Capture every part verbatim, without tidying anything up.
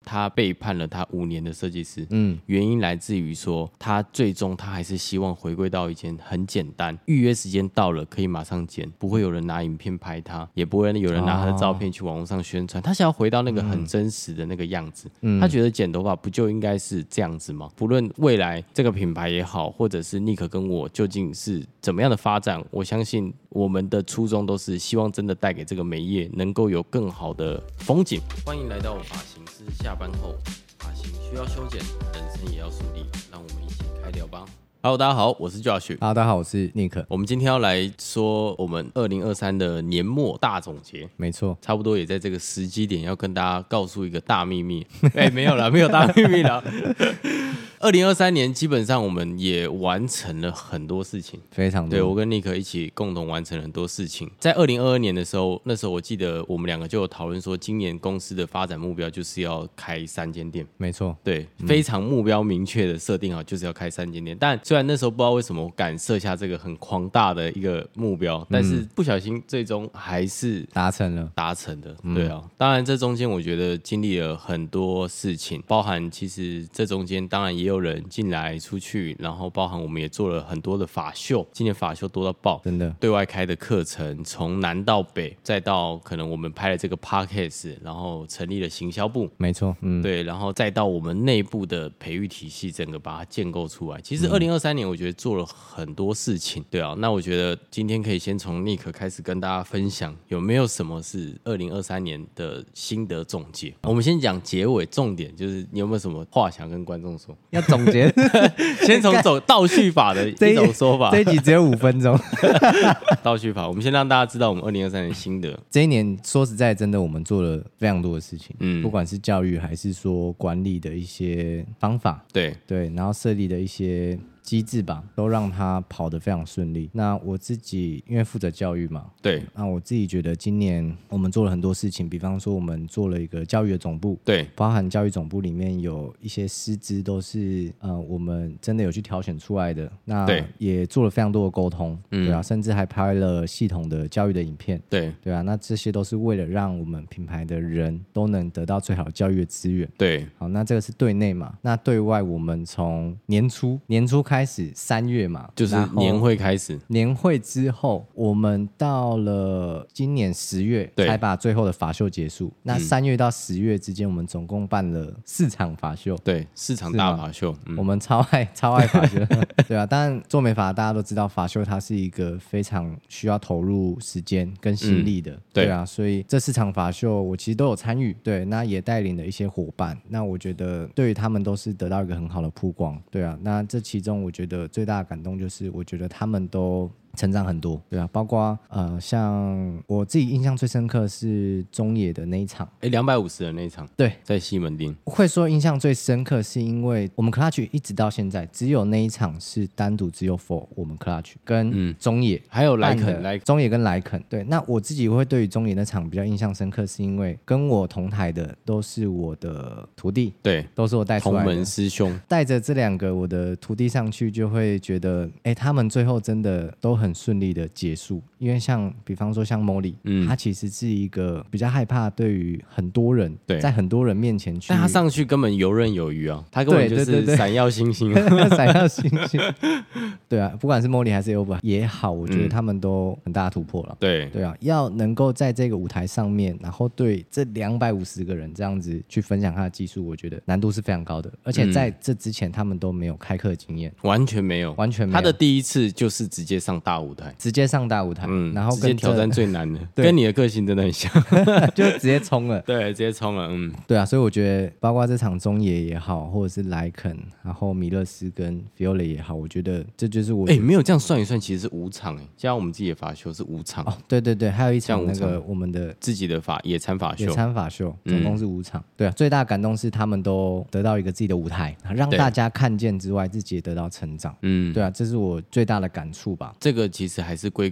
他背叛了他五年的设计师，嗯，原因来自于说他最终他还是希望回归到一件很简单，预约时间到了可以马上剪，不会有人拿影片拍他，也不会有人拿他的照片去网络上宣传、哦、他想要回到那个很真实的那个样子、嗯、他觉得剪头发不就应该是这样子吗？不论未来这个品牌也好，或者是 Nick 跟我究竟是怎么样的发展，我相信我们的初衷都是希望真的带给这个美业能够有更好的风景。欢迎来到发型师下班后，发型需要修剪，人生也要梳理，让我们一起开聊吧。Hello， 大家好，我是 Josh。Hello， 大家好，我是 Nick。 我们今天要来说我们二零二三的年末大总结。 没错， 差不多也在这个时机点要跟大家告诉一个大秘密。哎、欸，没有啦，没有大秘密啦。二零二三年基本上我们也完成了很多事情， 非常多。 对，我跟 Nick 一起共同完成了很多事情。在二零二二年的时候，那时候我记得我们两个就有讨论说，今年公司的发展目标就是要开三间店。 没错， 对，非常目标明确的设定好，就是要开三间店。但虽然那时候不知道为什么我敢设下这个很狂大的一个目标，但是不小心最终还是达成了， 达成的。对啊，当然这中间我觉得经历了很多事情，包含其实这中间当然也有人进来出去，然后包含我们也做了很多的法秀，今年法秀多到爆， 真的。 对外开的课程从南到北，再到可能我们拍了这个 podcast， 然后成立了行销部， 没错，嗯， 对，然后再到我们内部的培育体系，整个把它建构出来。其实二零二三年我觉得做了很多事情，对啊，那我觉得今天可以先从 Nick 开始跟大家分享，有没有什么是二零二三年的心得总结？我们先讲结尾，重点就是你有没有什么话想跟观众说？ 要总结。 先从走倒叙法的一种说法， 这一集只有五分钟。 倒叙法，我们先让大家知道我们二零二三年心得。 这一年说实在，真的我们做了非常多的事情， 嗯， 不管是教育还是说管理的一些方法， 对对，然后设立的一些机制吧，都让它跑得非常顺利。那我自己因为负责教育嘛， 对， 那我自己觉得今年我们做了很多事情，比方说我们做了一个教育的总部， 对， 包含教育总部里面有一些师资都是呃我们真的有去挑选出来的，那也做了非常多的沟通，嗯，对啊，甚至还拍了系统的教育的影片， 对， 对啊，那这些都是为了让我们品牌的人都能得到最好的教育的资源， 对， 好，那这个是对内嘛，那对外我们从年初年初开始三月嘛， 就是年会开始， 年会之后我们到了今年十月才把最后的法秀结束，那三月到十月之间我们总共办了四场法秀， 对，四场大法秀， 嗯，我们超爱超爱法秀。对啊，当然做美发大家都知道法秀它是一个非常需要投入时间跟心力的，嗯，对，对啊，所以这四场法秀我其实都有参与，对，那也带领了一些伙伴，那我觉得对于他们都是得到一个很好的曝光，对啊，那这其中我觉得最大的感动就是我觉得他们都成长很多，对啊，包括呃，像我自己印象最深刻是中野的那一场， 哎，两百五十人那一场， 对， 在西门町。 会说印象最深刻，是因为我们 Clutch 一直到现在只有那一场是单独只有 for 我们 Clutch 跟中野，嗯， 还有莱肯， 中野跟莱肯。对，那我自己会对于中野那场比较印象深刻，是因为跟我同台的都是我的徒弟， 对， 都是我带出来的同门师兄， 带着这两个我的徒弟上去，就会觉得，哎，他们最后真的都很顺利的结束。因为像比方说像 Molly，嗯，他其实是一个比较害怕对于很多人，对，在很多人面前去， 但他上去根本游刃有余啊，他根本就是闪耀星星， 闪耀星星。对啊，不管是 Molly 还是 Elba 也好，我觉得他们都很大的突破了。 对， 对啊，要能够在这个舞台上面，然后对这两百五十个人这样子去分享他的技术，我觉得难度是非常高的。而且在这之前，他们都没有开课经验， 完全没有， 完全没有。 他的第一次就是直接上大舞台， 直接上大舞台，嗯，然后直接挑战最难的，跟你的个性真的很像， 就直接冲了， 对，直接冲了，嗯， 对啊，所以我觉得包括这场中野也好，或者是莱肯，然后米勒斯跟 Fiole 也好，我觉得这就是我， 哎，没有这样算一算，其实是五场哎，加上我们自己的法秀是五场， 哦，对对对，还有一场那个我们的自己的法野餐法秀， 野餐法秀总共是五场，嗯，对啊，最大的感动是他们都得到一个自己的舞台，让大家看见之外，自己也得到成长，嗯，对啊，这是我最大的感触吧。 这个其实还是归根在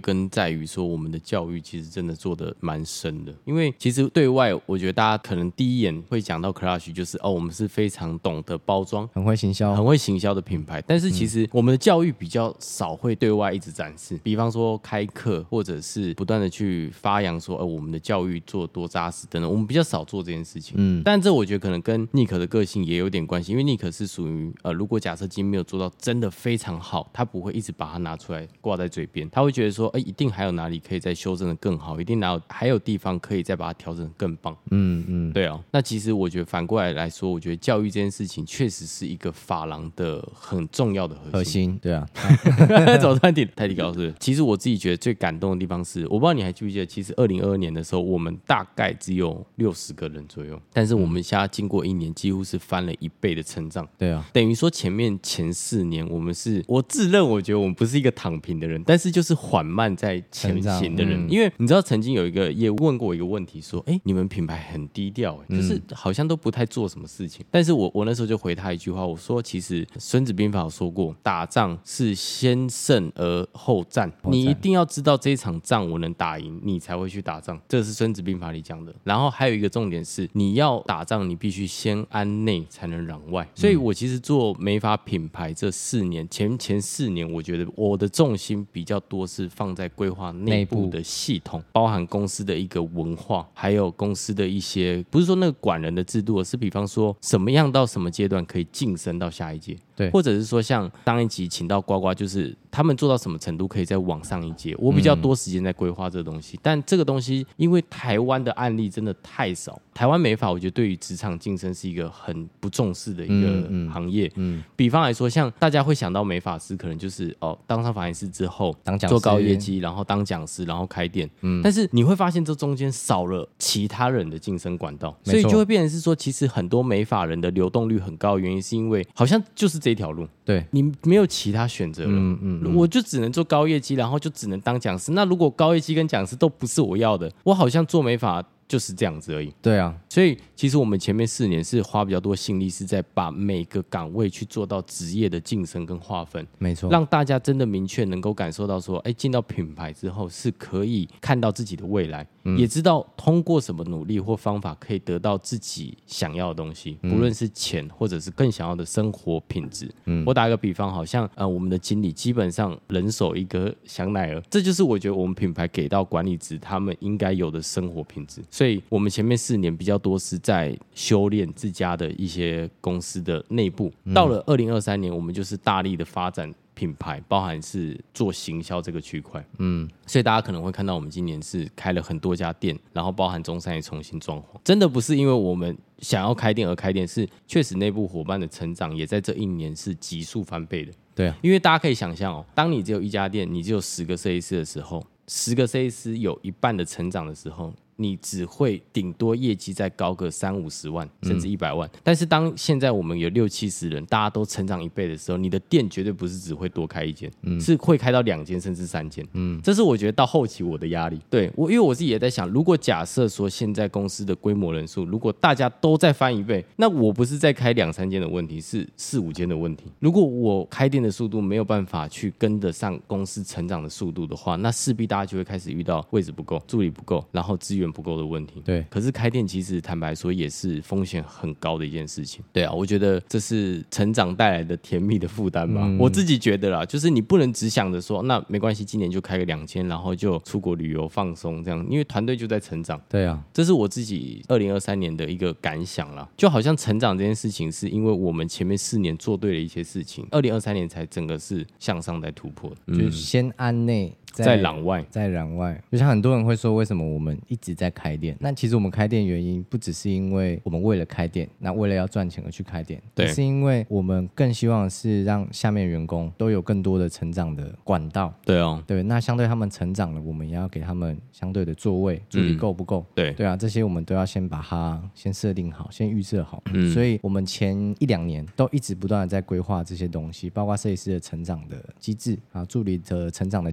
在于说我们的教育其实真的做得蛮深的，因为其实对外我觉得大家可能第一眼会讲到 Clutch 就是哦，我们是非常懂得包装， 很会行销， 很会行销的品牌，但是其实我们的教育比较少会对外一直展示，比方说开课或者是不断的去发扬说，呃，我们的教育做多扎实等等，我们比较少做这件事情。嗯，但这我觉得可能跟尼克的个性也有点关系，因为尼克是属于呃，如果假设今天没有做到真的非常好，他不会一直把它拿出来挂在嘴边，他会觉得说，哎、欸，一定还有哪里可以再修正的更好，一定哪有还有地方可以再把它调整得更棒。嗯嗯，对啊。那其实我觉得反过来来说，我觉得教育这件事情确实是一个发廊的很重要的核心。 核心，对啊。 走太低太低高是不是？其实我自己觉得最感动的地方是，我不知道你还记不记得，其实二零二二年的时候，我们大概只有六十个人左右，但是我们现在经过一年，几乎是翻了一倍的成长。 对啊， 等于说前面前四年，我们是我自认我觉得我们不是一个躺平的人，但是就是缓慢在前行的人。嗯、因为你知道，曾经有一个业务问过我一个问题，说：“哎，你们品牌很低调、欸，就是好像都不太做什么事情。嗯”但是我我那时候就回他一句话，我说：“其实《孙子兵法》有说过，打仗是先胜而后战，你一定要知道这一场仗我能打赢，你才会去打仗。这是《孙子兵法》里讲的。然后还有一个重点是，你要打仗，你必须先安内，才能攘外。所以我其实做美发品牌这四年前前四年，我觉得我的重心比较多是放在规划内部的系统，包含公司的一个文化，还有公司的一些不是说那个管人的制度，而是比方说什么样到什么阶段可以晋升到下一阶。对，或者是说像上一集请到呱呱，就是他们做到什么程度可以再往上一阶，我比较多时间在规划这个东西、嗯、但这个东西因为台湾的案例真的太少，台湾美发我觉得对于职场晋升是一个很不重视的一个行业。嗯嗯、比方来说像大家会想到美发师可能就是哦当上发型师之后当讲师做高业绩，然后当讲师，然后开店、嗯、但是你会发现这中间少了其他人的晋升管道，所以就会变成是说其实很多美发人的流动率很高的原因是因为好像就是这条路，对，你没有其他选择了。嗯嗯嗯、我就只能做高业绩，然后就只能当讲师。那如果高业绩跟讲师都不是我要的，我好像做美发就是这样子而已。对啊，所以其实我们前面四年是花比较多心力，是在把每个岗位去做到职业的晋升跟划分。没错，让大家真的明确能够感受到说，哎，进到品牌之后是可以看到自己的未来，嗯、也知道通过什么努力或方法可以得到自己想要的东西，嗯、不论是钱或者是更想要的生活品质。嗯、我打一个比方，好像呃我们的经理基本上人手一个香奈儿，这就是我觉得我们品牌给到管理职他们应该有的生活品质。所以我们前面四年比较多是在修炼自家的一些公司的内部，嗯、到了二零二三年，我们就是大力的发展品牌，包含是做行销这个区块。嗯，所以大家可能会看到我们今年是开了很多家店，然后包含中山也重新装潢。真的不是因为我们想要开店而开店，是确实内部伙伴的成长也在这一年是急速翻倍的。对啊，因为大家可以想象哦，当你只有一家店，你只有十个设计师的时候，十个设计师有一半的成长的时候，你只会顶多业绩再高个三五十万甚至一百万、嗯、但是当现在我们有六七十人大家都成长一倍的时候，你的店绝对不是只会多开一间、嗯、是会开到两间甚至三间、嗯、这是我觉得到后期我的压力。对，我因为我自己也在想，如果假设说现在公司的规模人数如果大家都再翻一倍，那我不是在开两三间的问题，是四五间的问题。如果我开店的速度没有办法去跟得上公司成长的速度的话，那势必大家就会开始遇到位置不够，助理不够，然后资源不够的问题。对，可是开店其实坦白说也是风险很高的一件事情。对啊，我觉得这是成长带来的甜蜜的负担吧、嗯、我自己觉得啦，就是你不能只想着说那没关系今年就开个两千，然后就出国旅游放松这样，因为团队就在成长。对啊，这是我自己二零二三年的一个感想啦，就好像成长这件事情是因为我们前面四年做对了一些事情，二零二三年才整个是向上在突破的、嗯、 就是先安内在攘外， 在攘外，就像很多人会说，为什么我们一直在开店？那其实我们开店原因不只是因为我们为了开店，那为了要赚钱而去开店，对，是因为我们更希望是让下面员工都有更多的成长的管道。对哦，对，那相对他们成长了，我们也要给他们相对的座位，助理够不够？嗯、对，对啊，这些我们都要先把它先设定好，先预设好。嗯，所以我们前一两年都一直不断的在规划这些东西，包括设计师的成长的机制啊，助理的成长的阶梯。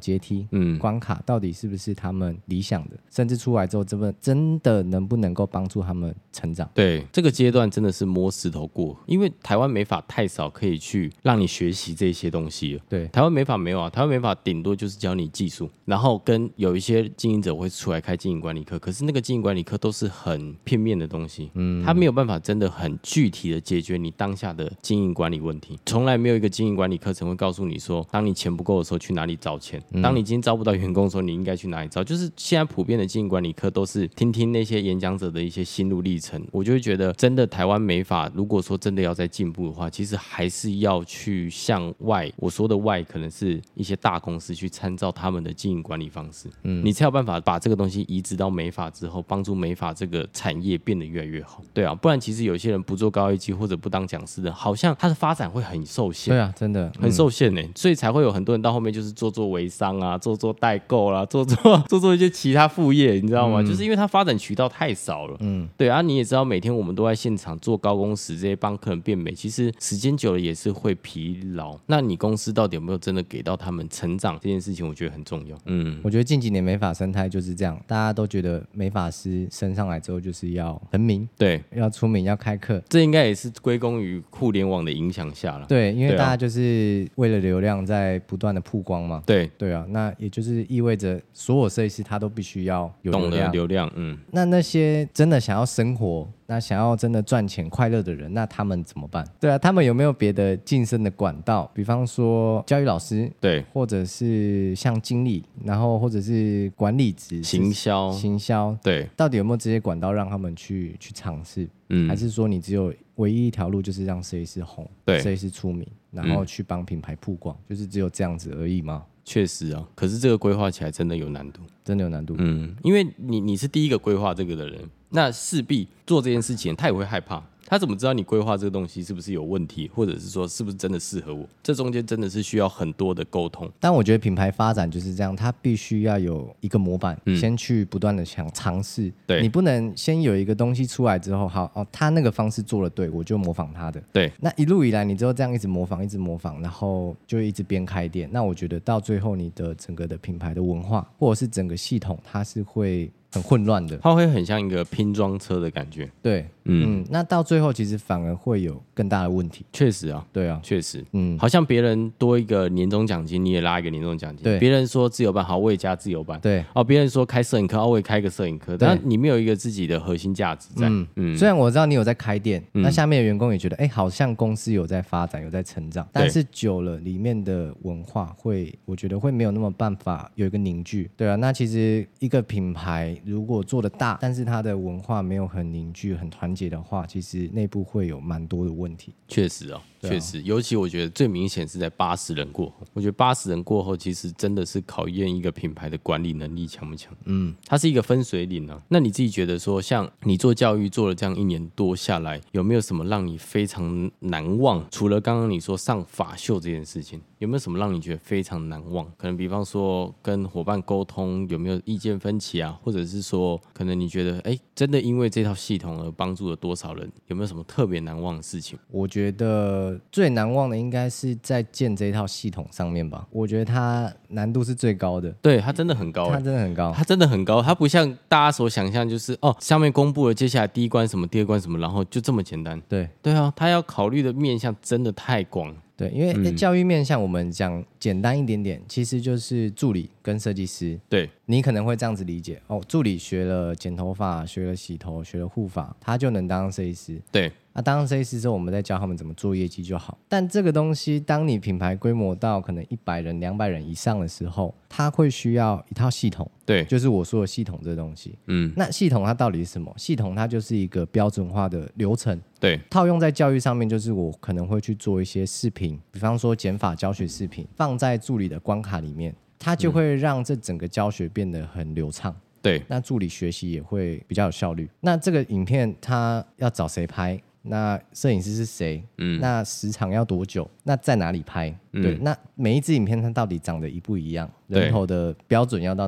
嗯，关卡到底是不是他们理想的，甚至出来之后真的真的能不能够帮助他们成长。 对，这个阶段真的是摸石头过，因为台湾美法太少可以去让你学习这些东西了。 对， 台湾美法没有啊，台湾美法顶多就是教你技术，然后跟有一些经营者会出来开经营管理课，可是那个经营管理课都是很片面的东西，嗯，他没有办法真的很具体的解决你当下的经营管理问题，从来没有一个经营管理课程会告诉你说，当你钱不够的时候去哪里找钱，嗯、当你今天招不到员工的时候，你应该去哪里找，就是现在普遍的经营管理课都是听听那些演讲者的一些心路历程，我就会觉得真的台湾美法如果说真的要再进步的话，其实还是要去向外，我说的外可能是一些大公司去参照他们的经营管理方式，嗯，你才有办法把这个东西移植到美法之后，帮助美法这个产业变得越来越好。对啊，不然其实有些人不做高业绩或者不当讲师的，好像他的发展会很受限。 对啊，真的、 嗯、很受限呢、欸，所以才会有很多人到后面就是做做微商啊，做做代购啦，做做做做一些其他副业，你知道吗？嗯、就是因为他发展渠道太少了。嗯，对啊，你也知道，每天我们都在现场做高工时，这些帮客人变美，其实时间久了也是会疲劳。那你公司到底有没有真的给到他们成长这件事情，我觉得很重要。嗯， 我觉得近几年美发生态就是这样，大家都觉得美发师升上来之后就是要成名， 对， 要出名，要开课， 这应该也是归功于互联网的影响下了。 对，因为大家就是为了流量在不断的曝光嘛。 对对啊，那也就是意味着所有设计师他都必须要有流量。 懂得流量，嗯。 那那些真的想要生活，那想要真的赚钱快乐的人，那他们怎么办？对啊，他们有没有别的晋升的管道？比方说教育老师， 对， 或者是像经理，然后或者是管理职、 行销、 行销， 对， 到底有没有这些管道让他们去去尝试？嗯，还是说你只有唯一一条路就是让设计师红， 对， 设计师出名，然后去帮品牌曝光，嗯、就是只有这样子而已吗？ 确实啊，可是这个规划起来真的有难度， 真的有难度。 嗯，因为你你是第一个规划这个的人，那势必做这件事情他也会害怕。他怎么知道你规划这个东西是不是有问题，或者是说是不是真的适合我？这中间真的是需要很多的沟通。 但我觉得品牌发展就是这样，它必须要有一个模板，嗯、先去不断的想尝试。 对， 你不能先有一个东西出来之后，好哦，他那个方式做了对，我就模仿他的。 对， 那一路以来你之后这样一直模仿，一直模仿，然后就一直边开店。那我觉得到最后你的整个的品牌的文化，或者是整个系统，它是会很混乱的， 它会很像一个拼装车的感觉。 对，嗯, 嗯，那到最后其实反而会有更大的问题。 确实啊， 对啊， 确实，嗯，好像别人多一个年终奖金，你也拉一个年终奖金。 对， 别人说自由班，好，我也加自由班。 对， 哦，别人说开摄影课，哦，我也开个摄影课。但你没有一个自己的核心价值在。嗯嗯。虽然我知道你有在开店，嗯、那下面的员工也觉得，哎，好像公司有在发展，有在成长，但是久了，里面的文化会，我觉得会没有那么办法有一个凝聚。对啊，那其实一个品牌如果做得大，但是它的文化没有很凝聚、很团结的话，其实内部会有蛮多的问题。 确实哦，确实，尤其我觉得最明显是在八十人过后。我觉得八十人过后，其实真的是考验一个品牌的管理能力强不强。嗯，它是一个分水岭啊。那你自己觉得说，像你做教育做了这样一年多下来，有没有什么让你非常难忘？除了刚刚你说上法秀这件事情，有没有什么让你觉得非常难忘？可能比方说跟伙伴沟通有没有意见分歧啊，或者是说可能你觉得哎，真的因为这套系统而帮助了多少人？有没有什么特别难忘的事情？ 我觉得最难忘的应该是在建这套系统上面吧。我觉得它难度是最高的。 对，它真的很高， 它真的很高， 它真的很高。它不像大家所想象，就是哦，上面公布了接下来第一关什么，第二关什么，然后就这么简单。 对对啊，它要考虑的面向真的太广了。 对，因为教育面向我们讲简单一点点，其实就是助理跟设计师。 对， 你可能会这样子理解哦，助理学了剪头发，学了洗头，学了护发，他就能当设计师。 对， 那、啊、当上设计师之后，我们再教他们怎么做业绩就好。但这个东西，当你品牌规模到可能一百人、两百人以上的时候，它会需要一套系统。 对， 就是我说的系统这个东西。嗯，那系统它到底是什么？系统它就是一个标准化的流程。 对， 套用在教育上面，就是我可能会去做一些视频，比方说减法教学视频，放在助理的关卡里面，它就会让这整个教学变得很流畅。 对， 那助理学习也会比较有效率。那这个影片它要找谁拍？那摄影师是谁？嗯，那时长要多久？那在哪里拍？嗯、对，那每一支影片它到底长得一不一样？人头的标准要到哪里？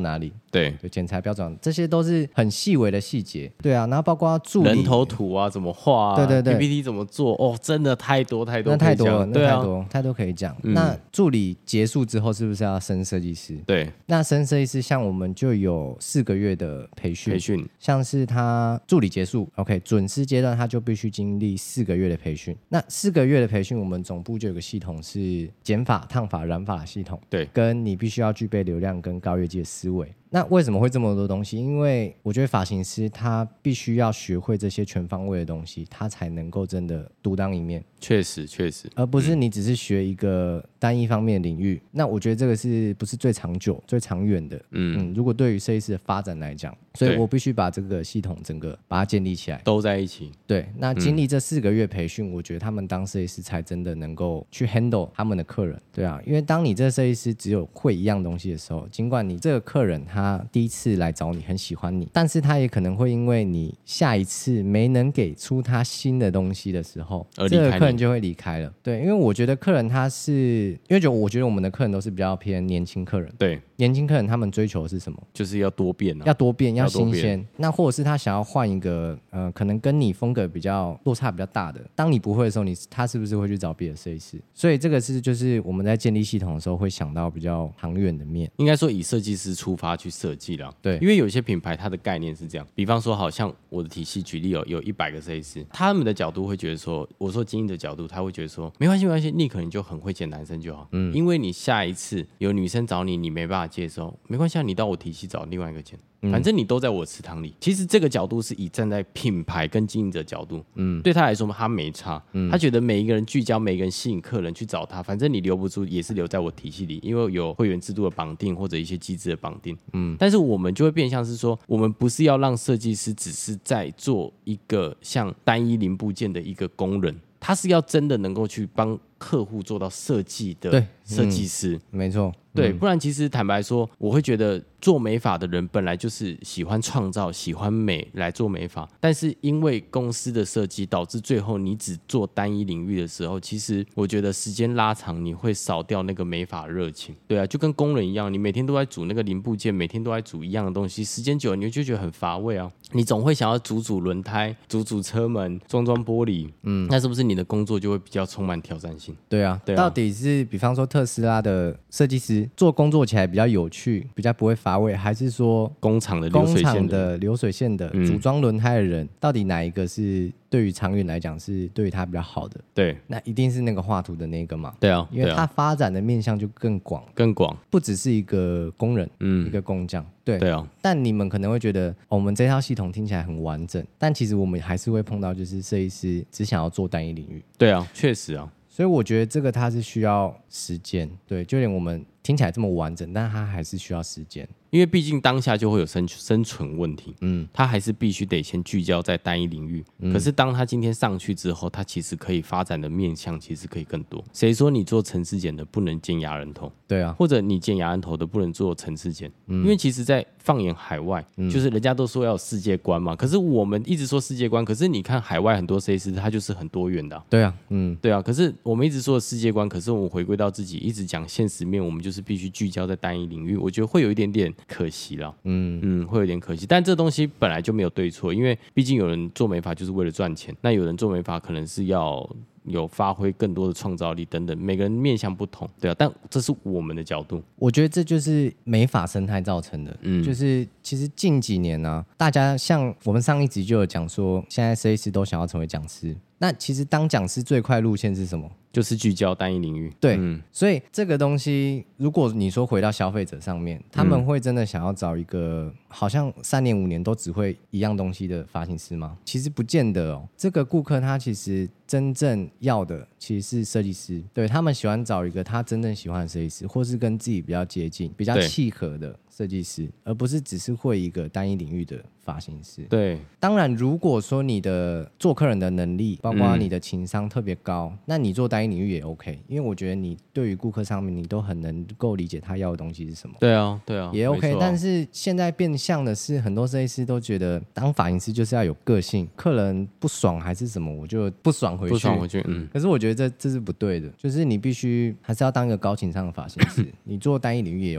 对对，剪裁标准，这些都是很细微的细节。对啊，然后包括助理人头图啊，怎么画啊， 对对对 ，P P T 怎么做，哦，真的太多太多， 那太多了，那对啊， 太多太多可以讲。嗯、那助理结束之后，是不是要升设计师？ 对， 那升设计师，像我们就有四个月的培训， 培训， 像是他助理结束 ，OK， 准师阶段他就必须经历四个月的培训。那四个月的培训，我们总部就有个系统是剪发、烫发、染发的系统， 对， 跟你必须要具备流量跟高业绩的思维。那为什么会这么多东西？因为我觉得发型师他必须要学会这些全方位的东西，他才能够真的独当一面。 确实确实， 而不是你只是学一个单一方面的领域。嗯、那我觉得这个是不是最长久、最长远的？嗯嗯，如果对于设计师的发展来讲，所以我必须把这个系统整个把它建立起来， 都在一起。 对，那经历这四个月培训，嗯、我觉得他们当设计师才真的能够去 handle 他们的客人。对啊，因为当你这个设计师只有会一样东西的时候，尽管你这个客人他第一次来找你很喜欢你，但是他也可能会因为你下一次没能给出他新的东西的时候， 而离开你， 这个客人就会离开了。对，因为我觉得客人他是，因为就我觉得我们的客人都是比较偏年轻客人。 对， 年轻客人他们追求的是什么？ 就是要多变啊， 要多变，要新鲜。那或者是他想要换一个呃，可能跟你风格比较落差比较大的。当你不会的时候，你他是不是会去找别的设计师？所以这个是就是我们在建立系统的时候会想到比较长远的面。 应该说以设计师出发去设计啦。 对， 因为有些品牌它的概念是这样，比方说好像我的体系举例有有一百个设计师，他们的角度会觉得说，我说经营的角度，他会觉得说没关系没关系，你可能就很会剪男生就好，嗯，因为你下一次有女生找你，你没办法接受，没关系，你到我体系找另外一个剪。反正你都在我池塘里。其实这个角度是以站在品牌跟经营者角度，嗯，对他来说他没差，嗯，他觉得每一个人聚焦，每一个人吸引客人去找他，反正你留不住也是留在我体系里，因为有会员制度的绑定或者一些机制的绑定，嗯，但是我们就会变相是说，我们不是要让设计师只是在做一个像单一零部件的一个工人，他是要真的能够去帮客户做到设计的设计师， 嗯、没错。 对，不然其实坦白说，我会觉得做美发的人本来就是喜欢创造、喜欢美来做美发，但是因为公司的设计，导致最后你只做单一领域的时候，其实我觉得时间拉长，你会少掉那个美发热情。对啊，就跟工人一样，你每天都在煮那个零部件，每天都在煮一样的东西，时间久了你就觉得很乏味啊。你总会想要煮煮轮胎、煮煮车门、装装玻璃，嗯，那是不是你的工作就会比较充满挑战性？ 对啊，对啊，到底是比方说特斯拉的设计师做工作起来比较有趣，比较不会乏味，还是说工厂的流水线的工厂的流水线的、嗯、组装轮胎的人，到底哪一个是对于长远来讲是对于他比较好的？ 对， 那一定是那个画图的那个嘛。 对啊， 因为他发展的面向就更广， 更广， 不只是一个工人，嗯，一个工匠。对， 对啊。 但你们可能会觉得、哦、我们这套系统听起来很完整，但其实我们还是会碰到，就是设计师只想要做单一领域。 对啊，确实啊。 所以我觉得这个它是需要时间，对，就连我们听起来这么完整，但它还是需要时间。 因为毕竟当下就会有生生存问题，嗯，他还是必须得先聚焦在单一领域。嗯、可是当他今天上去之后，他其实可以发展的面向其实可以更多。谁说你做层次剪的不能剪牙人头？ 对啊， 或者你剪牙人头的不能做层次剪？嗯、因为其实，在放眼海外，嗯、就是人家都说要有世界观嘛。可是我们一直说世界观，可是你看海外很多设计师，他就是很多元的、啊。 对啊，嗯， 对啊。可是我们一直说的世界观，可是我们回归到自己，一直讲现实面，我们就是必须聚焦在单一领域。我觉得会有一点点可惜啦。嗯嗯，会有点可惜，但这东西本来就没有对错，因为毕竟有人做美发就是为了赚钱，那有人做美发可能是要有发挥更多的创造力等等，每个人面向不同，对啊，但这是我们的角度， 我觉得这就是美发生态造成的，嗯，就是其实近几年呢、啊，大家像我们上一集就有讲说，现在设计师都想要成为讲师，那其实当讲师最快路线是什么？ 就是聚焦单一领域， 对、嗯，所以这个东西，如果你说回到消费者上面，他们会真的想要找一个好像三年五年都只会一样东西的发型师吗？其实不见得哦。这个顾客他其实真正要的其实是设计师，对，他们喜欢找一个他真正喜欢的设计师，或是跟自己比较接近、比较契合的设计师，而不是只是会一个单一领域的发型师。 对， 当然如果说你的做客人的能力，包括你的情商特别高，嗯、那你做单一领域也 OK， 因为我觉得你对于顾客上面你都很能够理解他要的东西是什么。 对啊，对啊， 也 OK、啊。但是现在变相的是，很多设计师都觉得当发型师就是要有个性，客人不爽还是什么，我就不爽回去， 不爽回去。嗯。 可是我觉得这这是不对的，就是你必须还是要当一个高情商的发型师，你做单一领域也 OK。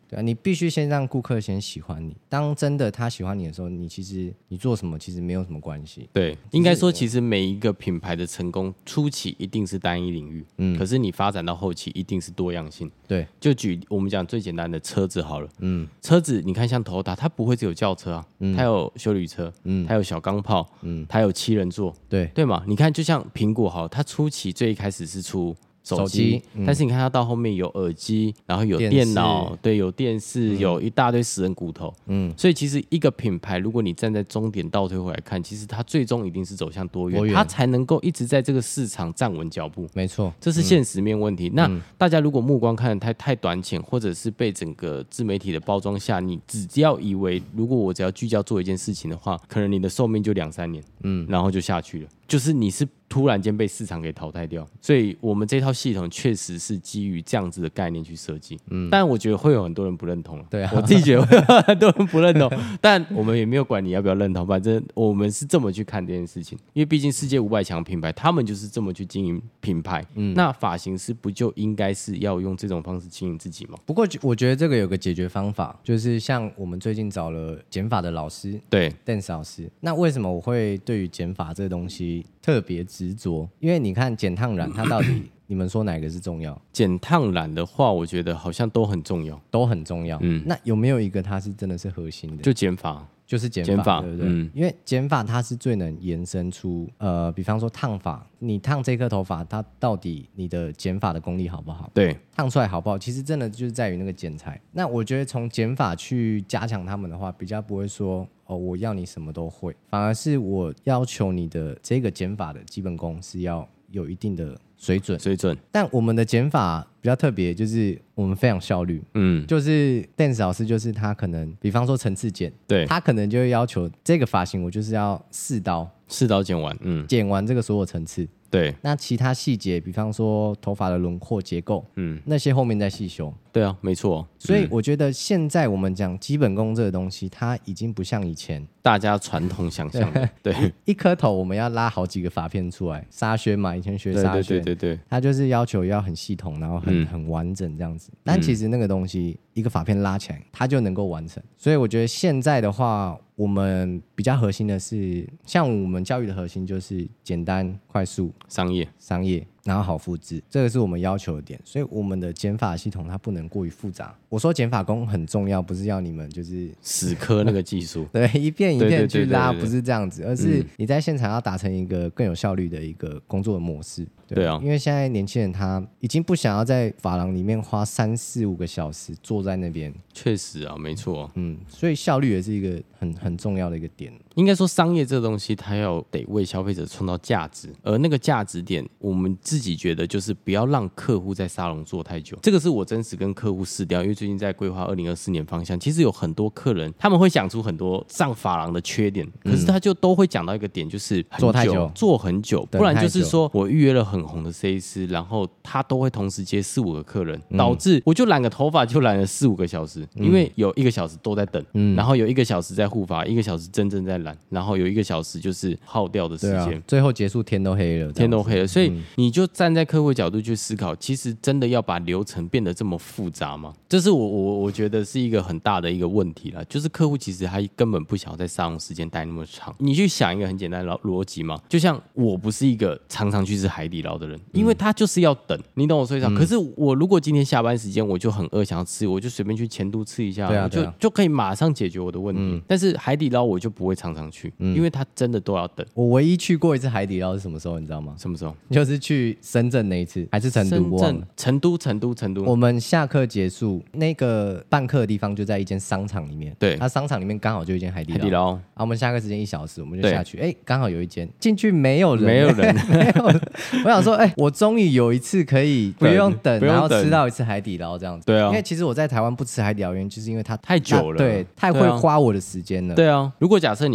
对啊，你必须先让顾客先喜欢你。当真的他喜欢你的时候，你其实你做什么其实没有什么关系。 对，应该说其实每一个品牌的成功初期一定是单一领域，嗯，可是你发展到后期一定是多样性。 对， 就举我们讲最简单的车子好了，嗯，车子你看像 Toyota， 它不会只有轿车啊，嗯、它有休旅车，嗯，它有小钢炮，嗯，它有七人座， 对对嘛？你看就像苹果好了，它初期最一开始是出手机，嗯、但是你看它到后面有耳机，然后有电脑，对，有电视，嗯、有一大堆死人骨头，嗯，所以其实一个品牌，如果你站在终点倒推回来看，其实它最终一定是走向多元，多元它才能够一直在这个市场站稳脚步。 没错， 这是现实面问题。嗯、那大家如果目光看得太太短浅，或者是被整个自媒体的包装下，你只要以为如果我只要聚焦做一件事情的话，可能你的寿命就两三年，嗯，然后就下去了。就是你是突然间被市场给淘汰掉，所以我们这套系统确实是基于这样子的概念去设计。嗯，但我觉得会有很多人不认同了。 对啊， 我自己觉得会有很多人不认同，但我们也没有管你要不要认同，反正我们是这么去看这件事情。因为毕竟世界五百强品牌，他们就是这么去经营品牌。嗯，那发型师不就应该是要用这种方式经营自己吗？ 不过我觉得这个有个解决方法，就是像我们最近找了剪发的老师， 对 ，Dance 老师。那为什么我会对于剪发这个东西特别执着？因为你看剪烫染，它到底你们说哪个是重要？ 剪烫染的话，我觉得好像都很重要， 都很重要。嗯，那有没有一个它是真的是核心的？ 就剪发。 就是剪 发, 剪发对不对？嗯、因为剪发它是最能延伸出呃，比方说烫发，你烫这颗头发，它到底你的剪发的功力好不好？ 对， 烫出来好不好？其实真的就是在于那个剪裁。那我觉得从剪发去加强他们的话，比较不会说哦，我要你什么都会，反而是我要求你的这个剪发的基本功是要有一定的水准。 水准。 但我们的剪法比较特别，就是我们非常效率。嗯，就是 Dance 老师，就是他可能，比方说层次剪， 对， 他可能就会要求这个发型，我就是要四刀， 四刀剪完，嗯， 剪完这个所有层次。 对， 那其他细节，比方说头发的轮廓结构，嗯，那些后面再细修。 对啊，没错。 所以我觉得现在我们讲基本功这个东西，它已经不像以前大家传统想象的。对， 一一颗头我们要拉好几个发片出来，沙宣嘛，以前学沙宣， 对对对对对， 它就是要求要很系统，然后很、嗯、很完整这样子。但其实那个东西，一个发片拉起来，它就能够完成。所以我觉得现在的话，我们比较核心的是，像我们教育的核心就是简单、快速、 商业、 商业，然后好复制，这个是我们要求的点。所以我们的剪发系统它不能过于复杂。我说剪发工很重要，不是要你们就是死磕那个技术， 对，一片一片去拉，不是这样子，而是你在现场要达成一个更有效率的一个工作的模式。对, 对啊， 因为现在年轻人他已经不想要在发廊里面花三四五个小时坐在那边。 确实啊，没错。 嗯，所以效率也是一个很很重要的一个点。 应该说，商业这个东西，它要得为消费者创造价值，而那个价值点，我们自己觉得就是不要让客户在沙龙坐太久。这个是我真实跟客户试掉，因为最近在规划二零二四年方向，其实有很多客人他们会讲出很多上发廊的缺点，可是他就都会讲到一个点，就是做太久， 做很久，不然就是说我预约了很红的设计师，然后他都会同时接四五个客人，嗯、导致我就染个头发就染了四五个小时，嗯、因为有一个小时都在等，嗯、然后有一个小时在护发，一个小时真正在染，然后有一个小时就是耗掉的时间，啊、 最后结束天都黑了， 天都黑了，所以你就站在客户角度去思考，其实真的要把流程变得这么复杂吗？这是我我我觉得是一个很大的一个问题啦，就是客户其实他根本不想要在沙龙时间待那么长。你去想一个很简单的逻辑嘛，就像我不是一个常常去吃海底捞的人，因为他就是要等，你懂我说意思？嗯、可是我如果今天下班时间我就很饿想要吃，我就随便去前都吃一下， 对啊对啊，就就可以马上解决我的问题。嗯、但是海底捞我就不会常常去，嗯、因为他真的都要等。 我唯一去过一次海底捞是什么时候？你知道吗？ 什么时候？ 就是去深圳那一次，还是成都？ 深圳、成都、成都、成都。 我们下课结束，那个办课的地方就在一间商场里面。 对， 那商场里面刚好就有一间海底捞。 海底捞。 啊，我们下课时间一小时，我们就下去。哎，刚好有一间，进去没有人， 没有人， 没有人。我想说，哎，我终于有一次可以不用等，然后吃到一次海底捞这样子。 对啊， 因为其实我在台湾不吃海底捞，原因就是因为它太久了， 对，太会花我的时间了。 对啊，如果假设你今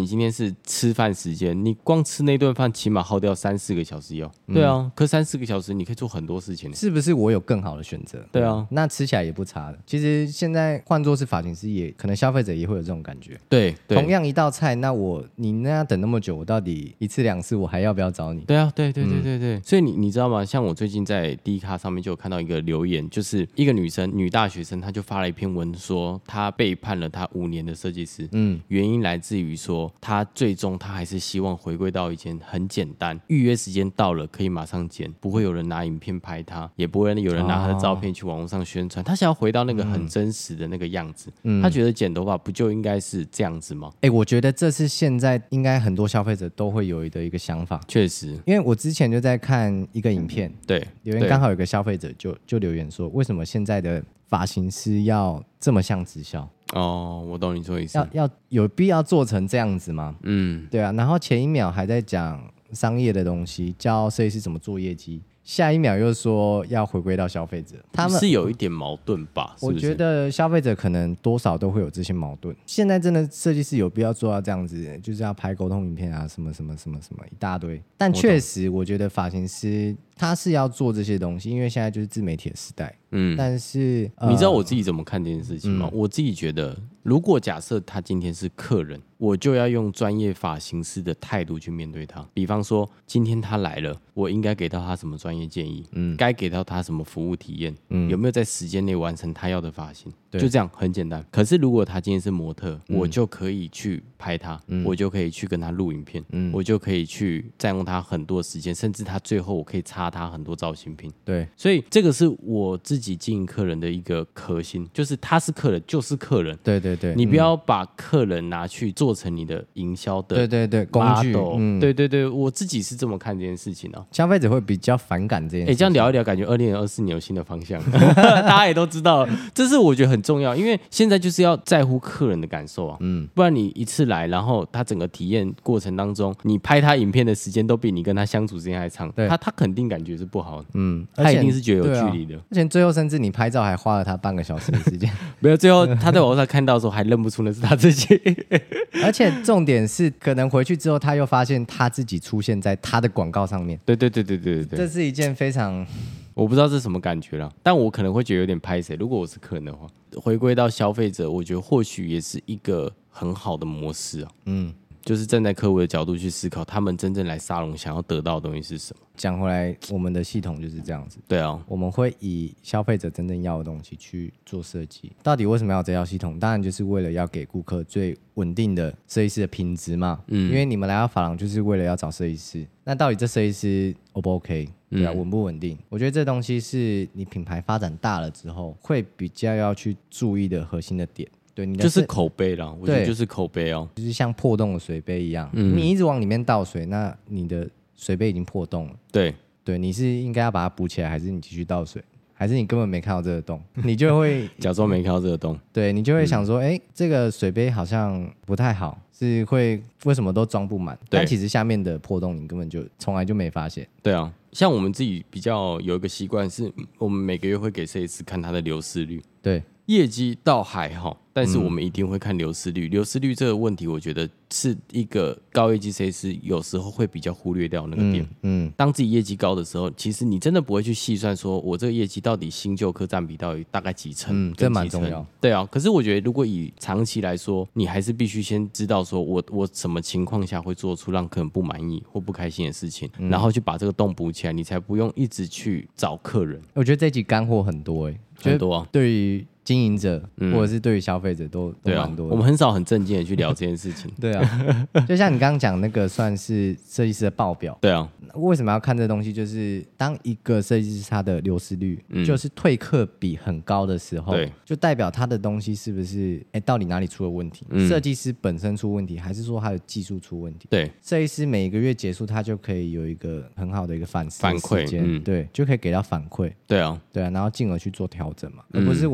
今天是吃饭时间，你光吃那顿饭起码耗掉三四个小时要。对啊，嗯、可三四个小时你可以做很多事情， 是不是？我有更好的选择。 对啊， 那吃起来也不差的。其实现在换作是发型师也，可能消费者也会有这种感觉。 对，对同样一道菜，那我你那样等那么久，我到底一次两次我还要不要找你？ 对啊，对对对对对。嗯、所以你你知道吗？像我最近在 D 卡上面就有看到一个留言，就是一个女生，女大学生，她就发了一篇文说，她背叛了她五年的设计师。嗯，原因来自于说，她最终她还是希望回归到一件很简单，预约时间到了可以马上剪，不会有人拿影片拍她，也不会有人拿她的照片去网络上宣传。她想要回到那个很真实的那个样子。嗯，她觉得剪头发不就应该是这样子吗？ 哎、欸，我觉得这是现在应该很多消费者都会有的一个想法。 确实， 因为我之前就在看一个影片， 对， 留言刚好有个消费者就就留言说，为什么现在的发型师要这么像直销？ 哦，我懂你说意思。 要要有必要做成这样子吗？嗯，对啊。然后前一秒还在讲商业的东西，教设计师怎么做业绩。下一秒又说要回归到消费者， 他们是有一点矛盾吧？是不是？ 我觉得消费者可能多少都会有这些矛盾。现在真的设计师有必要做到这样子，就是要拍沟通影片啊，什么什么什么什么一大堆。但确实，我觉得发型师他是要做这些东西，因为现在就是自媒体的时代。嗯，但是、 呃、你知道我自己怎么看这件事情吗？嗯、我自己觉得，如果假设他今天是客人，我就要用专业发型师的态度去面对他。比方说，今天他来了，我应该给到他什么专业建议？嗯，该给到他什么服务体验？嗯，有没有在时间内完成他要的发型？就这样，很简单。可是如果他今天是模特，嗯、我就可以去拍他，嗯、我就可以去跟他录影片，嗯、我就可以去占用他很多时间，甚至他最后我可以插他很多造型品。 对， 所以这个是我自己经营客人的一个核心，就是他是客人就是客人。 对对对， 你不要把客人拿去做成你的营销的 model, 对对对工具。 嗯、对对对，我自己是这么看这件事情啊。 消费者会比较反感这件事情。 哎，这样聊一聊，感觉二零二四年有新的方向，大家也都知道，这是我觉得很重要，因为现在就是要在乎客人的感受啊。嗯，不然你一次来，然后他整个体验过程当中，你拍他影片的时间都比你跟他相处时间还长，他他肯定感觉是不好的。嗯，他一定是觉得有距离的。 而且最后甚至你拍照还花了他半个小时的时间， 没有，最后他在网上看到的时候还认不出那是他自己。 而且重点是，可能回去之后他又发现他自己出现在他的广告上面。 对对对对对对对， 这是一件非常。 我不知道这是什么感觉啦，但我可能会觉得有点拍谁。如果我是客人的话，回归到消费者，我觉得或许也是一个很好的模式啊。嗯，就是站在客户的角度去思考，他们真正来沙龙想要得到的东西是什么。 讲回来，我们的系统就是这样子。 对啊， 我们会以消费者真正要的东西去做设计。到底为什么要这套系统？当然就是为了要给顾客最稳定的设计师的品质嘛。嗯，因为你们来到发廊就是为了要找设计师，那到底这设计师 O 不 OK？对啊，稳不稳定？我觉得这东西是你品牌发展大了之后，会比较要去注意的核心的点。对，你的就是口碑啦，我觉得就是口碑哦， 就是像破洞的水杯一样，嗯、你一直往里面倒水，那你的水杯已经破洞了。 对， 对，你是应该要把它补起来，还是你继续倒水？还是你根本没看到这个洞，你就会假装没看到这个洞。 对，你就会想说，哎、嗯，这个水杯好像不太好，是会为什么都装不满？但其实下面的破洞你根本就从来就没发现。 对啊，像我们自己比较有一个习惯，是我们每个月会给设计师看他的流失率。 对， 业绩倒还好，但是我们一定会看流失率。嗯、流失率这个问题，我觉得是一个高业绩设计师有时候会比较忽略掉那个点。嗯，嗯当自己业绩高的时候，其实你真的不会去细算说，我这个业绩到底新旧科占比到底大概几成？ 嗯，这蛮重要。 对啊，可是我觉得如果以长期来说，你还是必须先知道说我我什么情况下会做出让客人不满意或不开心的事情，嗯、然后去把这个洞补起来，你才不用一直去找客人。 我觉得这集干货很多哎、 欸，很多啊， 对于经营者、嗯、或者是对于消费者都都蛮多的、 啊。我们很少很正经的去聊这件事情。 对啊，就像你刚刚讲那个算是设计师的报表。 对啊， 为什么要看这东西？就是当一个设计师他的流失率、嗯、就是退客比很高的时候， 对， 就代表他的东西是不是哎到底哪里出了问题？嗯、设计师本身出问题，还是说他的技术出问题？ 对， 设计师每一个月结束，他就可以有一个很好的一个反思反馈， 嗯、对，就可以给到反馈。 对啊， 对啊，然后进而去做调整嘛，而不是我们一直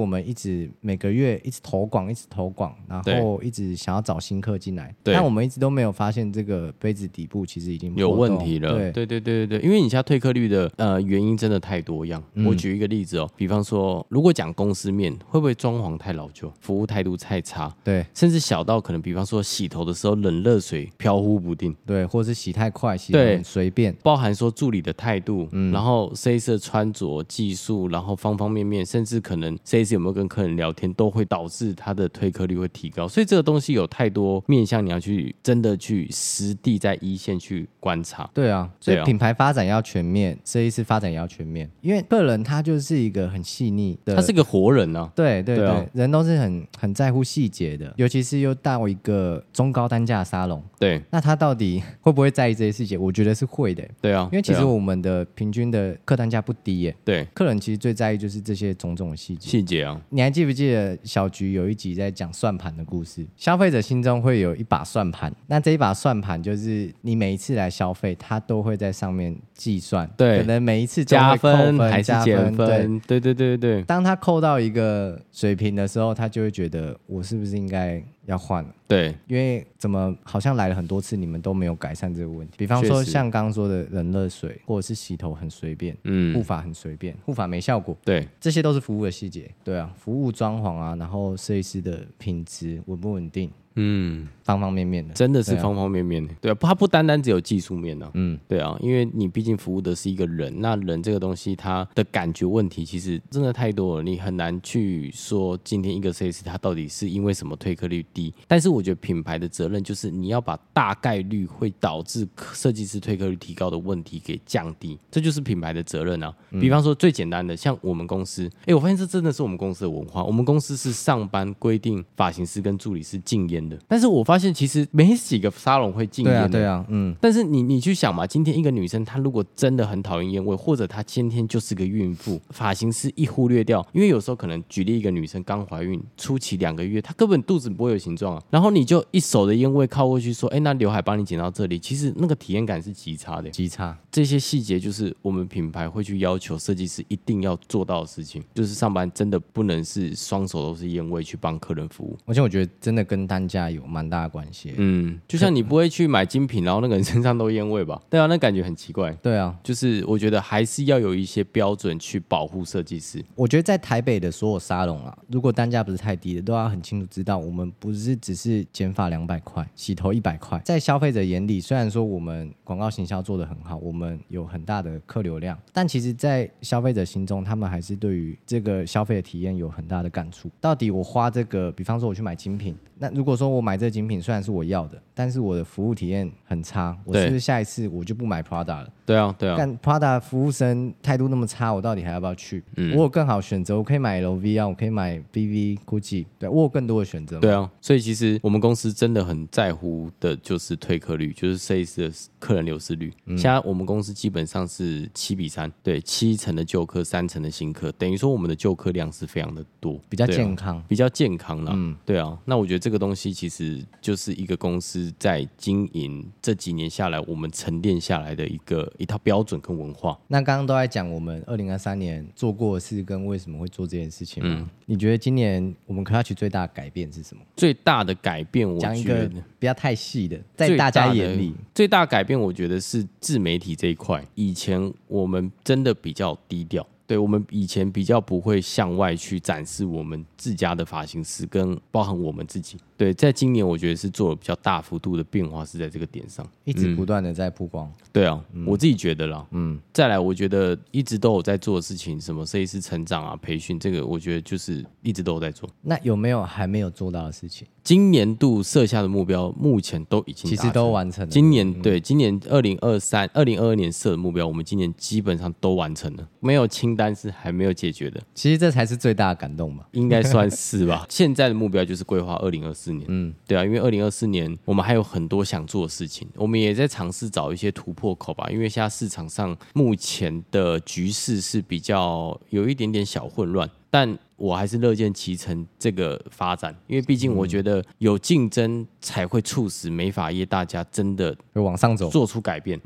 直每个月一直投广一直投广，然后一直想要找新客进来，但我们一直都没有发现这个杯子底部其实已经有问题了。对对对对对，因为你现在退客率的呃原因真的太多样。嗯、我举一个例子哦，比方说如果讲公司面，会不会装潢太老旧，服务态度太差？ 对， 甚至小到可能比方说洗头的时候冷热水飘忽不定， 对，或者是洗太快，洗得很随便， 包含说助理的态度，嗯、然后设计师的穿着技术，然后方方面面，甚至可能设计师有没有跟客人聊天，都会导致他的退客率会提高。所以这个东西有太多面向，你要去真的去实地在一线去观察。 对啊，所以品牌发展要全面，设计师发展也要全面，因为客人他就是一个很细腻的， 他是个活人啊。 对对 对, 对、啊，人都是很很在乎细节的，尤其是又到一个中高单价的沙龙， 对， 那他到底会不会在意这些细节？我觉得是会的。 对啊， 因为其实我们的平均的客单价不低耶。 对， 客人其实最在意就是这些种种的细节。 细节啊， 你还记不记得小菊有一集在讲算盘的故事？消费者心中会有一把算盘，那这一把算盘就是你每一次来消费，他都会在上面计算， 对， 可能每一次都加会扣分还是减分，对对对对对。 当他扣到一个水平的时候，他就会觉得我是不是应该要换了？ 对， 因为怎么好像来了很多次，你们都没有改善这个问题。比方说像刚刚说的冷热水，或者是洗头很随便，嗯，护发很随便，护发没效果， 对， 这些都是服务的细节。对啊，服务装潢啊，然后设计师的品质稳不稳定，嗯，方方面面的， 真的是方方面面的。对啊，它不单单只有技术面啊，嗯，对啊，因为你毕竟服务的是一个人，那人这个东西它的感觉问题其实真的太多了，你很难去说今天一个设计师他到底是因为什么退客率低。但是我觉得品牌的责任就是你要把大概率会导致设计师退客率提高的问题给降低，这就是品牌的责任啊。嗯、比方说最简单的，像我们公司，哎，我发现这真的是我们公司的文化。我们公司是上班规定发型师跟助理是禁烟的，但是我发现其实没几个沙龙会禁烟的。 对啊，对啊，嗯。 但是你你去想嘛，今天一个女生她如果真的很讨厌烟味，或者她今天就是个孕妇，发型师一忽略掉，因为有时候可能举例一个女生刚怀孕初期两个月，她根本肚子不会有形状啊，然后你就一手的烟味靠过去说，哎，那刘海帮你剪到这里，其实那个体验感是极差的， 极差。 这些细节就是我们品牌会去要求设计师一定要做到的事情，就是上班真的不能是双手都是烟味去帮客人服务。 而且我觉得真的跟单价有蛮大的关系。 嗯，就像你不会去买精品，然后那个人身上都烟味吧？对啊，那感觉很奇怪。 对啊， 就是我觉得还是要有一些标准去保护设计师。 我觉得在台北的所有沙龙啊，如果单价不是太低的，都要很清楚知道，我们不是只是剪发两百块，洗头一百块。在消费者眼里，虽然说我们广告行销做得很好，我们有很大的客流量，但其实在消费者心中，他们还是对于这个消费的体验有很大的感触。到底我花这个，比方说我去买精品，那如果说我买这个精品虽然是我要的，但是我的服务体验很差，我是不是下一次我就不买 Prada 了？ 对啊，对啊。 但 Prada 服务生态度那么差，我到底还要不要去？嗯、我有更好选择，我可以买 L V 啊，我可以买 B V、Gucci， 对，我有更多的选择。 对啊，所以其实我们公司真的很在乎的就是退客率，就是设计师的客人流失率。嗯、现在我们公司基本上是七比三，对，七成的旧客，三成的新客，等于说我们的旧客量是非常的多， 比较健康， 啊、比较健康啦。嗯，对啊。那我觉得这个东西其实就是一个公司在经营这几年下来，我们沉淀下来的一个一套标准跟文化。 那刚刚都在讲我们二零二三年做过的事跟为什么会做这件事情吗？嗯、你觉得今年我们Clutch最大的改变是什么？ 最大的改变，我觉得讲一个不要太细的，在大家眼里最大的改变，我觉得是自媒体这一块。以前我们真的比较低调。对，我们以前比较不会向外去展示我们自家的发型师跟包含我们自己。对，在今年我觉得是做了比较大幅度的变化，是在这个点上， 一直不断的在曝光。 嗯、对啊、嗯，我自己觉得啦。嗯，再来，我觉得一直都有在做的事情，什么设计师成长啊、培训，这个我觉得就是一直都有在做。 那有没有还没有做到的事情？ 今年度设下的目标，目前都已经达成， 其实都完成了。 今年、嗯、对，今年二零二三、二零二二年设的目标，我们今年基本上都完成了，没有清单是还没有解决的。 其实这才是最大的感动吧， 应该算是吧。现在的目标就是规划二零二四年，嗯，对啊，因为二零二四年我们还有很多想做的事情，我们也在尝试找一些突破口吧。因为现在市场上目前的局势是比较有一点点小混乱。但我还是乐见其成这个发展，因为毕竟我觉得有竞争才会促使美发业大家真的会往上走， 做出改变。 嗯，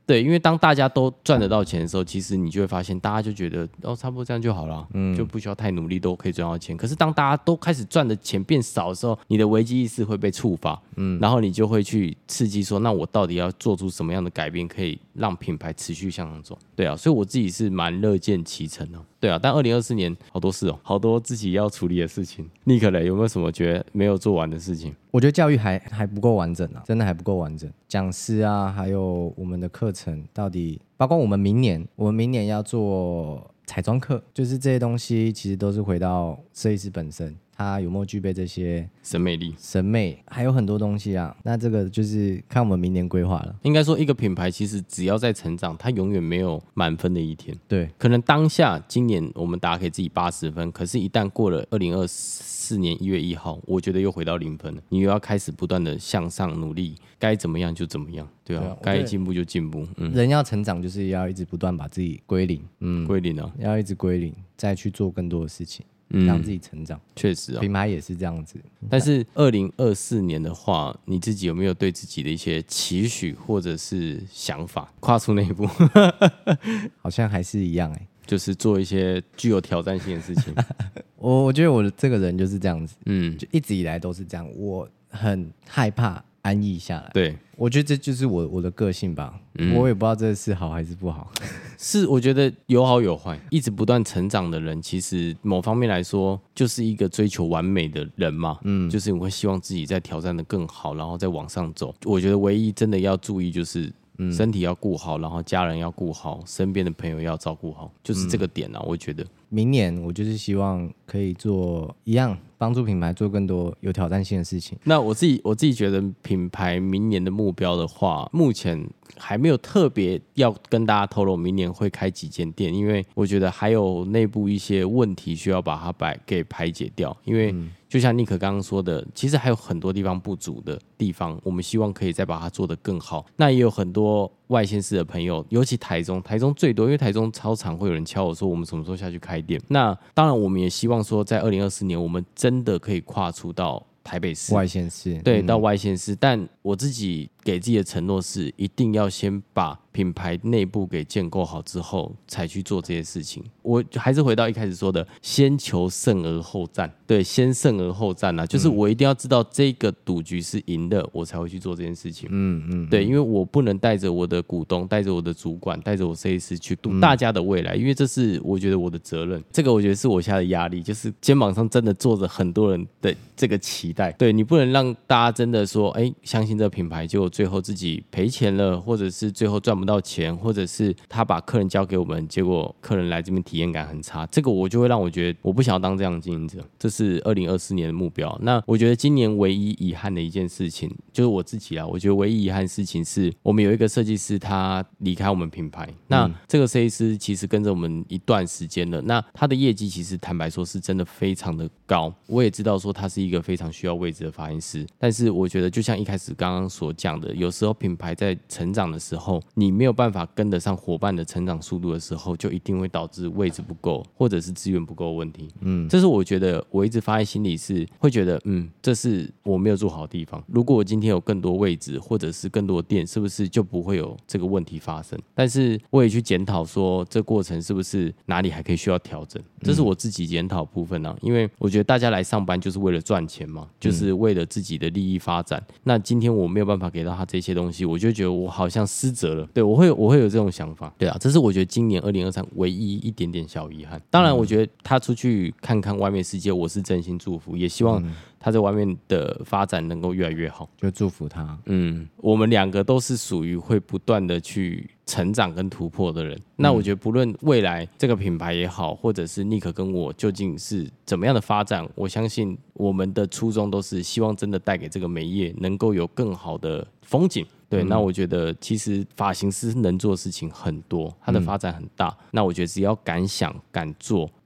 对，因为当大家都赚得到钱的时候，其实你就会发现，大家就觉得哦，差不多这样就好了，嗯，就不需要太努力都可以赚到钱。可是当大家都开始赚的钱变少的时候，你的危机意识会被触发，嗯，然后你就会去刺激说，那我到底要做出什么样的改变，可以让品牌持续向上走？对啊，所以我自己是蛮乐见其成的。对啊，但二零二四年好多事哦，好多自己要处理的事情。尼克嘞，有没有什么觉得没有做完的事情？ 我觉得教育还还不够完整啊，真的还不够完整。讲师啊，还有我们的课程，到底包括我们明年，我们明年要做彩妆课，就是这些东西其实都是回到设计师本身。他有没有具备这些审美力、 审美，还有很多东西啊。那这个就是看我们明年规划了。 应该说，一个品牌其实只要在成长，它永远没有满分的一天。 对， 可能当下今年我们大家可以自己八十分，可是一旦过了二零二四年一月一号，我觉得又回到零分了。你又要开始不断的向上努力，该怎么样就怎么样，对啊，该进步就进步。 嗯，人要成长，就是要一直不断把自己归零， 嗯，归零啊， 要一直归零，再去做更多的事情。嗯、让自己成长， 确实啊， 品牌也是这样子。 但是二零二四年的话，你自己有没有对自己的一些期许或者是想法，跨出那一步？ 好像还是一样哎、欸， 就是做一些具有挑战性的事情。 我我觉得我这个人就是这样子，嗯，就一直以来都是这样。我很害怕安逸下来， 对， 我觉得这就是我我的个性吧。嗯、我也不知道这是好还是不好。 是，我觉得有好有坏。一直不断成长的人，其实某方面来说，就是一个追求完美的人嘛。嗯，就是你会希望自己在挑战的更好，然后再往上走。我觉得唯一真的要注意就是。身体要顾好，然后家人要顾好，身边的朋友要照顾好，就是这个点啊。嗯、我觉得明年我就是希望可以做一样，帮助品牌做更多有挑战性的事情。 那我自己我自己觉得品牌明年的目标的话，目前还没有特别要跟大家透露明年会开几间店，因为我觉得还有内部一些问题需要把它摆给排解掉，因为。嗯就像尼克刚刚说的，其实还有很多地方不足的地方，我们希望可以再把它做得更好。那也有很多外县市的朋友，尤其台中，台中最多，因为台中超常会有人敲我说我们什么时候下去开店。那当然，我们也希望说，在二零二四年，我们真的可以跨出到台北市、 外县市， 对，到外县市。嗯、但我自己给自己的承诺是，一定要先把品牌内部给建构好之后，才去做这些事情。我还是回到一开始说的，先求胜而后战。对，先胜而后战啊，就是我一定要知道这个赌局是赢的，我才会去做这件事情。嗯嗯，对，因为我不能带着我的股东、带着我的主管、带着我设计师去赌大家的未来，因为这是我觉得我的责任。这个我觉得是我下的压力，就是肩膀上真的坐着很多人的这个期待。对，你不能让大家真的说，哎，相信这个品牌，结果最后自己赔钱了，或者是最后赚不到钱，或者是他把客人交给我们，结果客人来这边体验感很差，这个我就会让我觉得我不想要当这样的经营者。这是二零二四年的目标。那我觉得今年唯一遗憾的一件事情，就是我自己啦，我觉得唯一遗憾的事情是我们有一个设计师他离开我们品牌。那这个设计师其实跟着我们一段时间了，那他的业绩其实坦白说是真的非常的高。我也知道说他是一个非常需要位置的发型师，但是我觉得就像一开始刚刚所讲的，有时候品牌在成长的时候，你没有办法跟得上伙伴的成长速度的时候，就一定会导致位置不够或者是资源不够的问题。嗯，这是我觉得我一直发在心里，是会觉得嗯，这是我没有做好的地方。如果我今天有更多位置或者是更多的店，是不是就不会有这个问题发生？但是我也去检讨说，这过程是不是哪里还可以需要调整？这是我自己检讨部分啊。因为我觉得大家来上班就是为了赚钱嘛，就是为了自己的利益发展。那今天我没有办法给到他这些东西，我就觉得我好像失责了。对，我会我会有这种想法。对啊，这是我觉得今年二零二三唯一一点点小遗憾。当然，我觉得他出去看看外面世界，我是真心祝福，也希望他在外面的发展能够越来越好， 就祝福他。 嗯，我们两个都是属于会不断的去成长跟突破的人。嗯、那我觉得不论未来这个品牌也好，或者是尼克跟我究竟是怎么样的发展，我相信我们的初衷都是希望真的带给这个美业能够有更好的风景。对，那我觉得其实发型师能做的事情很多，他的发展很大。嗯、那我觉得只要敢想敢做，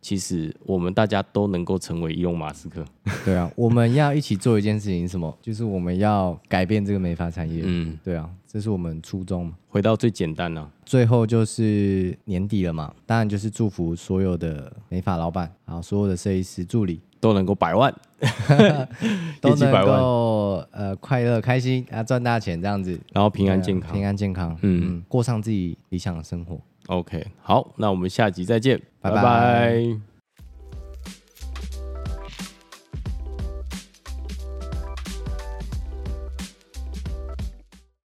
其实我们大家都能够成为伊隆马斯克。 对啊，我们要一起做一件事情，什么？就是我们要改变这个美发产业。嗯，对啊，这是我们初衷嘛。 回到最简单啊， 最后就是年底了嘛，当然就是祝福所有的美发老板，还有所有的设计师助理都能够百万， 都能够呃快乐开心啊，赚大钱这样子， 然后平安健康， 平安健康，嗯嗯，过上自己理想的生活。 OK， 好，那我们下集再见， 拜拜。 拜拜。